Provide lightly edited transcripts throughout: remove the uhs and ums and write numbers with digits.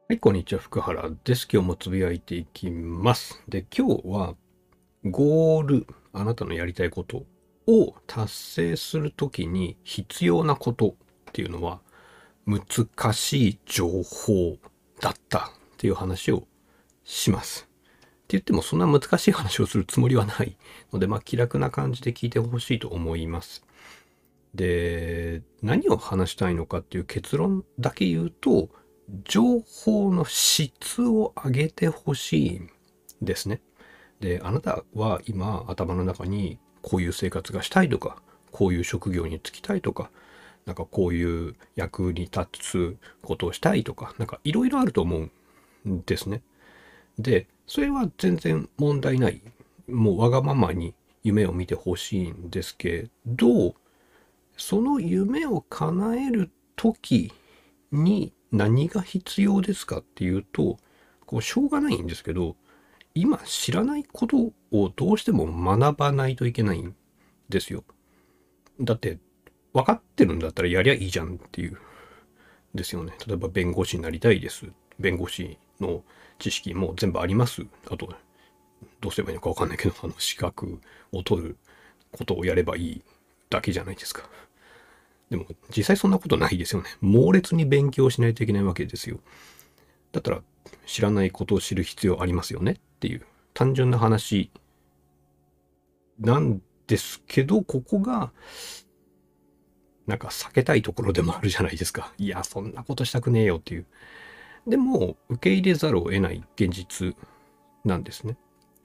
はい、こんにちは、福原です。今日もつぶやいていきます。で、今日は、ゴール、あなたのやりたいことを達成するときに必要なことっていうのは、難しい情報だったっていう話をします。って言っても、そんな難しい話をするつもりはないので、気楽な感じで聞いてほしいと思います。で、何を話したいのかっていう結論だけ言うと、情報の質を上げてほしいんですね。で、あなたは今頭の中にこういう生活がしたいとか、こういう職業に就きたいとか、なんかこういう役に立つことをしたいとか、なんかいろいろあると思うんですね。で、それは全然問題ない。もうわがままに夢を見てほしいんですけど、その夢を叶える時に何が必要ですかっていうと、しょうがないんですけど、今知らないことをどうしても学ばないといけないんですよ。だって、分かってるんだったらやりゃいいじゃんっていうですよね。例えば弁護士になりたいです。弁護士の知識も全部あります。あと、どうすればいいのか分かんないけど、資格を取ることをやればいいだけじゃないですか。でも実際そんなことないですよね。猛烈に勉強しないといけないわけですよ。だったら知らないことを知る必要ありますよねっていう単純な話なんですけど、ここがなんか避けたいところでもあるじゃないですか。いや、そんなことしたくねえよっていう。でも受け入れざるを得ない現実なんですね。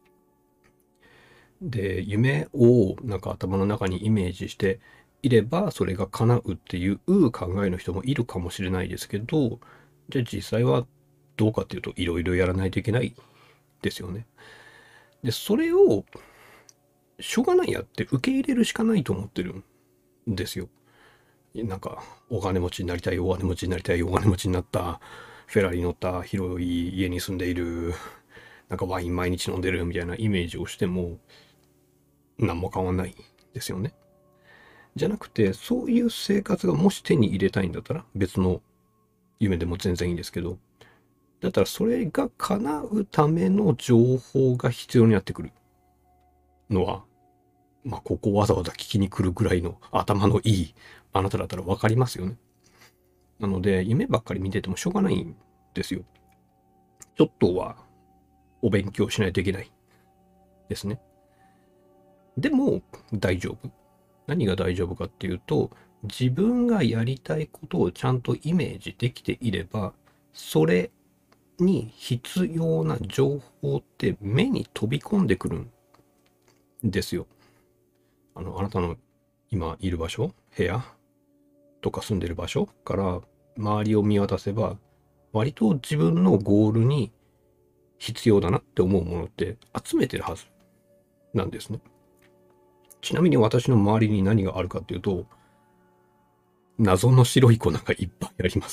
で、夢をなんか頭の中にイメージしていればそれが叶うっていう考えの人もいるかもしれないですけど、じゃあ実際はどうかっていうといろいろやらないといけないですよね。で、それをしょうがないやって受け入れるしかないと思ってるんですよ。なんかお金持ちになりたい、大金持ちになりたい、大金持ちになった、フェラリ乗った広い家に住んでいる、なんかワイン毎日飲んでるみたいなイメージをしても何も変わんないですよね。じゃなくて、そういう生活がもし手に入れたいんだったら別の夢でも全然いいんですけど、だったらそれが叶うための情報が必要になってくるのは、ここわざわざ聞きに来るぐらいの頭のいいあなただったらわかりますよね。なので、夢ばっかり見ててもしょうがないんですよ。ちょっとはお勉強しないといけないですね。でも大丈夫。何が大丈夫かっていうと、自分がやりたいことをちゃんとイメージできていれば、それに必要な情報って目に飛び込んでくるんですよ。あなたの今いる場所、部屋とか住んでる場所から周りを見渡せば、割と自分のゴールに必要だなって思うものって集めてるはずなんですね。ちなみに私の周りに何があるかっていうと、謎の白い粉がいっぱいあります。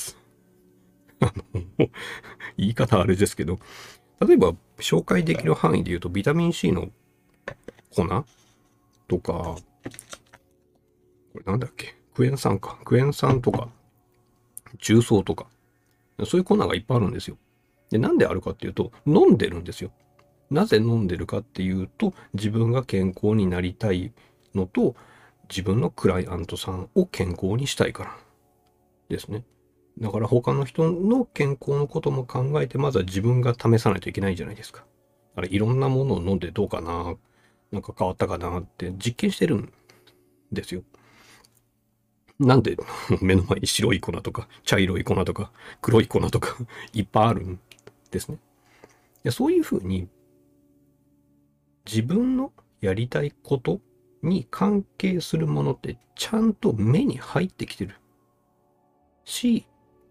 言い方あれですけど、例えば紹介できる範囲で言うと、ビタミン C の粉とか、これなんだっけ、クエン酸か。クエン酸とか、重曹とか、そういう粉がいっぱいあるんですよ。で、なんであるかっていうと、飲んでるんですよ。なぜ飲んでるかっていうと、自分が健康になりたいのと、自分のクライアントさんを健康にしたいからですね。だから他の人の健康のことも考えて、まずは自分が試さないといけないじゃないですか。あれ、いろんなものを飲んでどうかな、なんか変わったかなって実験してるんですよ。なんで目の前に白い粉とか、茶色い粉とか、黒い粉とかいっぱいあるんですね。でそういうふうに自分のやりたいことに関係するものってちゃんと目に入ってきてるし、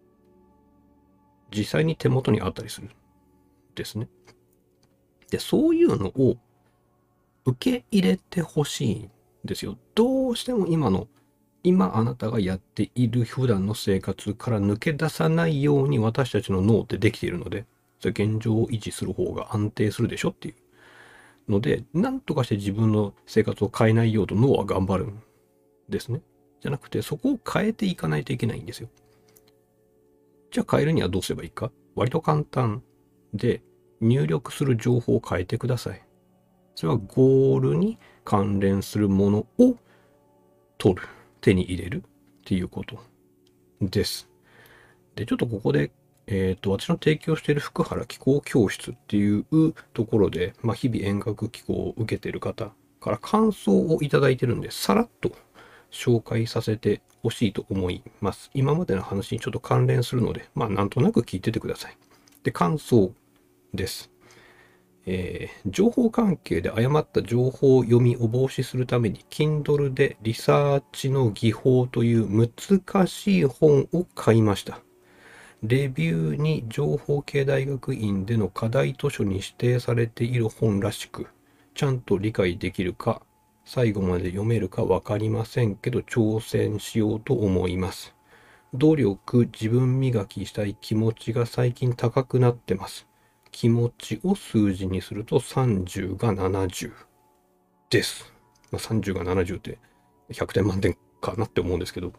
実際に手元にあったりするんですね。で、そういうのを受け入れてほしいんですよ。どうしても今あなたがやっている普段の生活から抜け出さないように私たちの脳ってできているので、それ現状を維持する方が安定するでしょっていうので、なんとかして自分の生活を変えないようと脳は頑張るんですね。じゃなくて、そこを変えていかないといけないんですよ。じゃあ変えるにはどうすればいいか。 割と簡単で、入力する情報を変えてください。それはゴールに関連するものを取る、手に入れるっていうことです。で、ちょっとここで、私の提供している福原気候教室っていうところで、日々遠隔気候を受けている方から感想をいただいてるんで、さらっと紹介させてほしいと思います。今までの話にちょっと関連するので、なんとなく聞いててください。で、感想です。情報関係で誤った情報読みを防止するために Kindle でリサーチの技法という難しい本を買いました。レビューに情報系大学院での課題図書に指定されている本らしく、ちゃんと理解できるか、最後まで読めるかわかりませんけど挑戦しようと思います。努力、自分磨きしたい気持ちが最近高くなってます。気持ちを数字にすると30が70です。30が70って100点満点かなって思うんですけど、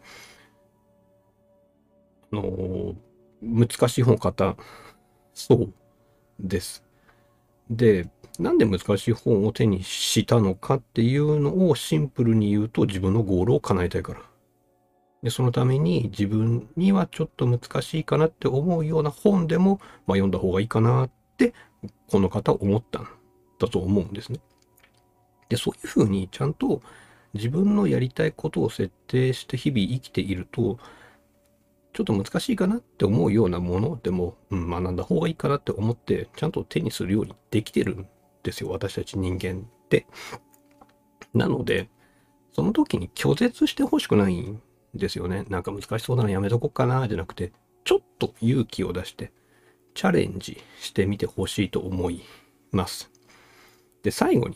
あのー難しい本を買ったそうです。で、なんで難しい本を手にしたのかっていうのをシンプルに言うと自分のゴールを叶えたいから。で、そのために自分にはちょっと難しいかなって思うような本でも、読んだ方がいいかなってこの方思ったんだと思うんですね。で、そういうふうにちゃんと自分のやりたいことを設定して日々生きていると、ちょっと難しいかなって思うようなものでも、学んだ方がいいかなって思って、ちゃんと手にするようにできてるんですよ、私たち人間って。なので、その時に拒絶してほしくないんですよね。なんか難しそうだな、やめとこっかな、じゃなくて、ちょっと勇気を出して、チャレンジしてみてほしいと思います。で、最後に、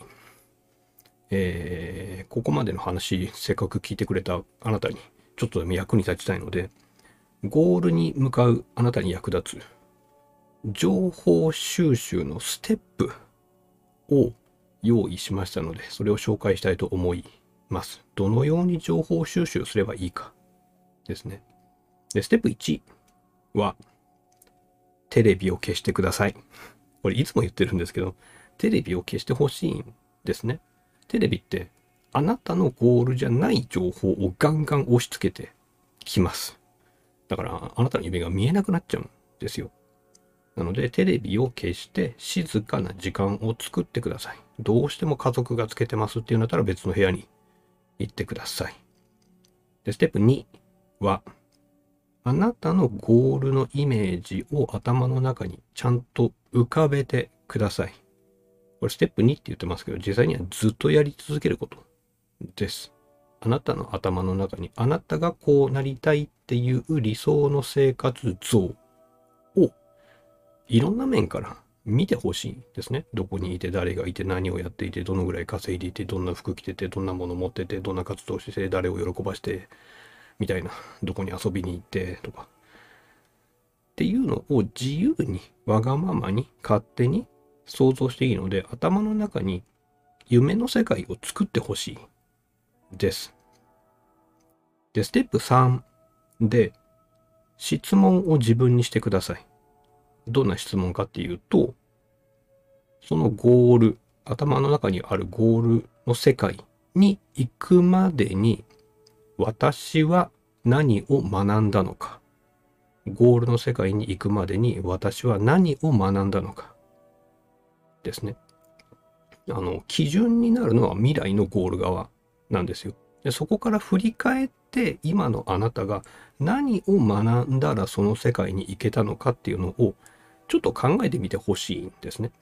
ここまでの話、せっかく聞いてくれたあなたに、ちょっとでも役に立ちたいので、ゴールに向かうあなたに役立つ情報収集のステップを用意しましたので、それを紹介したいと思います。どのように情報収集すればいいかですね。で、ステップ1は、テレビを消してください。これいつも言ってるんですけど、テレビを消してほしいんですね。テレビってあなたのゴールじゃない情報をガンガン押し付けてきます。だからあなたの指が見えなくなっちゃうんですよ。なのでテレビを消して静かな時間を作ってください。どうしても家族がつけてますっていうんだったら別の部屋に行ってください。で、ステップ2は、あなたのゴールのイメージを頭の中にちゃんと浮かべてください。これステップ2って言ってますけど、実際にはずっとやり続けることです。あなたの頭の中にあなたがこうなりたいっていう理想の生活像をいろんな面から見てほしいですね。どこにいて、誰がいて、何をやっていて、どのぐらい稼いでいて、どんな服着てて、どんなもの持ってて、どんな活動してて、誰を喜ばして、みたいな、どこに遊びに行ってとか。っていうのを自由に、わがままに、勝手に想像していいので、頭の中に夢の世界を作ってほしいです。で、ステップ3で、質問を自分にしてください。どんな質問かっていうと、そのゴール、頭の中にあるゴールの世界に行くまでに、私は何を学んだのか。ゴールの世界に行くまでに私は何を学んだのか。ですね。基準になるのは未来のゴール側なんですよ。で、そこから振り返って今のあなたが何を学んだらその世界に行けたのかっていうのをちょっと考えてみてほしいんですね。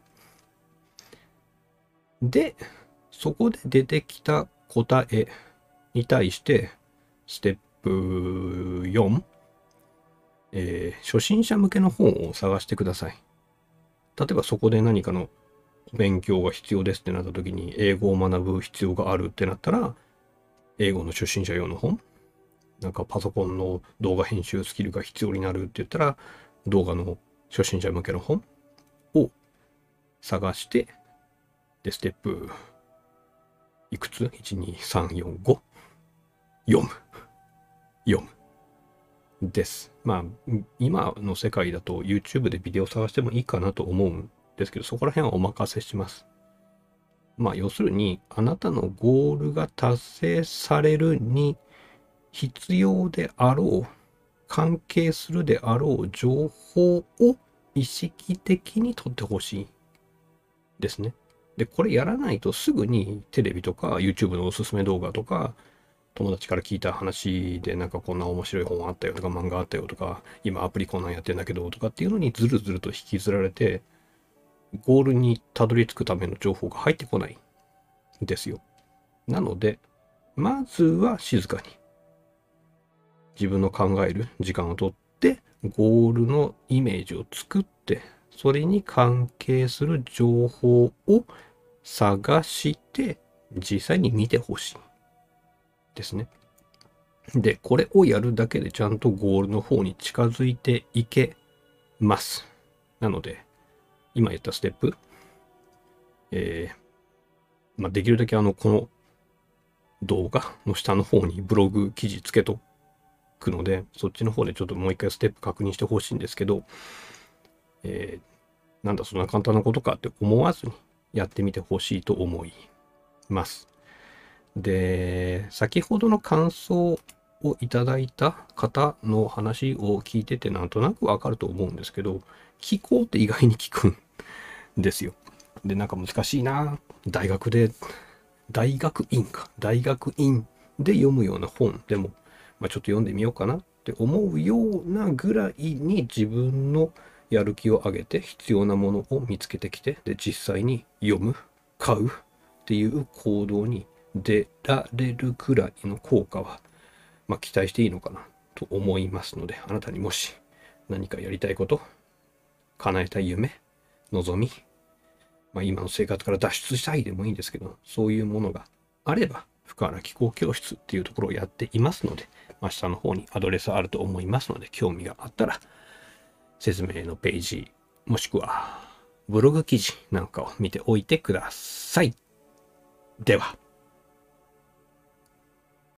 で、そこで出てきた答えに対して、ステップ4、初心者向けの本を探してください。例えばそこで何かの勉強が必要ですってなった時に、英語を学ぶ必要があるってなったら、英語の初心者用の本、なんかパソコンの動画編集スキルが必要になるって言ったら、動画の初心者向けの本を探して、で、ステップいくつ ?1、2、3、4、5。読む。読む。 です。まあ、今の世界だと YouTube でビデオ探してもいいかなと思うんですけど、そこら辺はお任せします。まあ、要するに、あなたのゴールが達成されるに必要であろう、関係するであろう情報を意識的に取ってほしいですね。で、これやらないとすぐにテレビとか YouTube のおすすめ動画とか、友達から聞いた話でなんかこんな面白い本あったよとか漫画あったよとか、今アプリこんなんやってんだけどとかっていうのにずるずると引きずられて、ゴールにたどり着くための情報が入ってこないんですよ。なので、まずは静かに自分の考える時間をとって、ゴールのイメージを作って、それに関係する情報を探して、実際に見てほしいですね。で、これをやるだけでちゃんとゴールの方に近づいていけます。なので、今言ったステップ、できるだけこの動画の下の方にブログ記事つけとくので、そっちの方でちょっともう一回ステップ確認してほしいんですけど、なんだそんな簡単なことかって思わずにやってみてほしいと思います。で、先ほどの感想をいただいた方の話を聞いててなんとなくわかると思うんですけど、聞こうって意外に聞くんですよ。で、なんか難しいな。大学院で読むような本でも、ちょっと読んでみようかなって思うようなぐらいに自分のやる気を上げて必要なものを見つけてきて、で、実際に読む、買うっていう行動に出られるくらいの効果は、期待していいのかなと思いますので、あなたにもし何かやりたいこと、叶えたい夢、望み、今の生活から脱出したいでもいいんですけど、そういうものがあれば、深原気候教室っていうところをやっていますので、下の方にアドレスあると思いますので、興味があったら、説明のページ、もしくはブログ記事なんかを見ておいてください。では。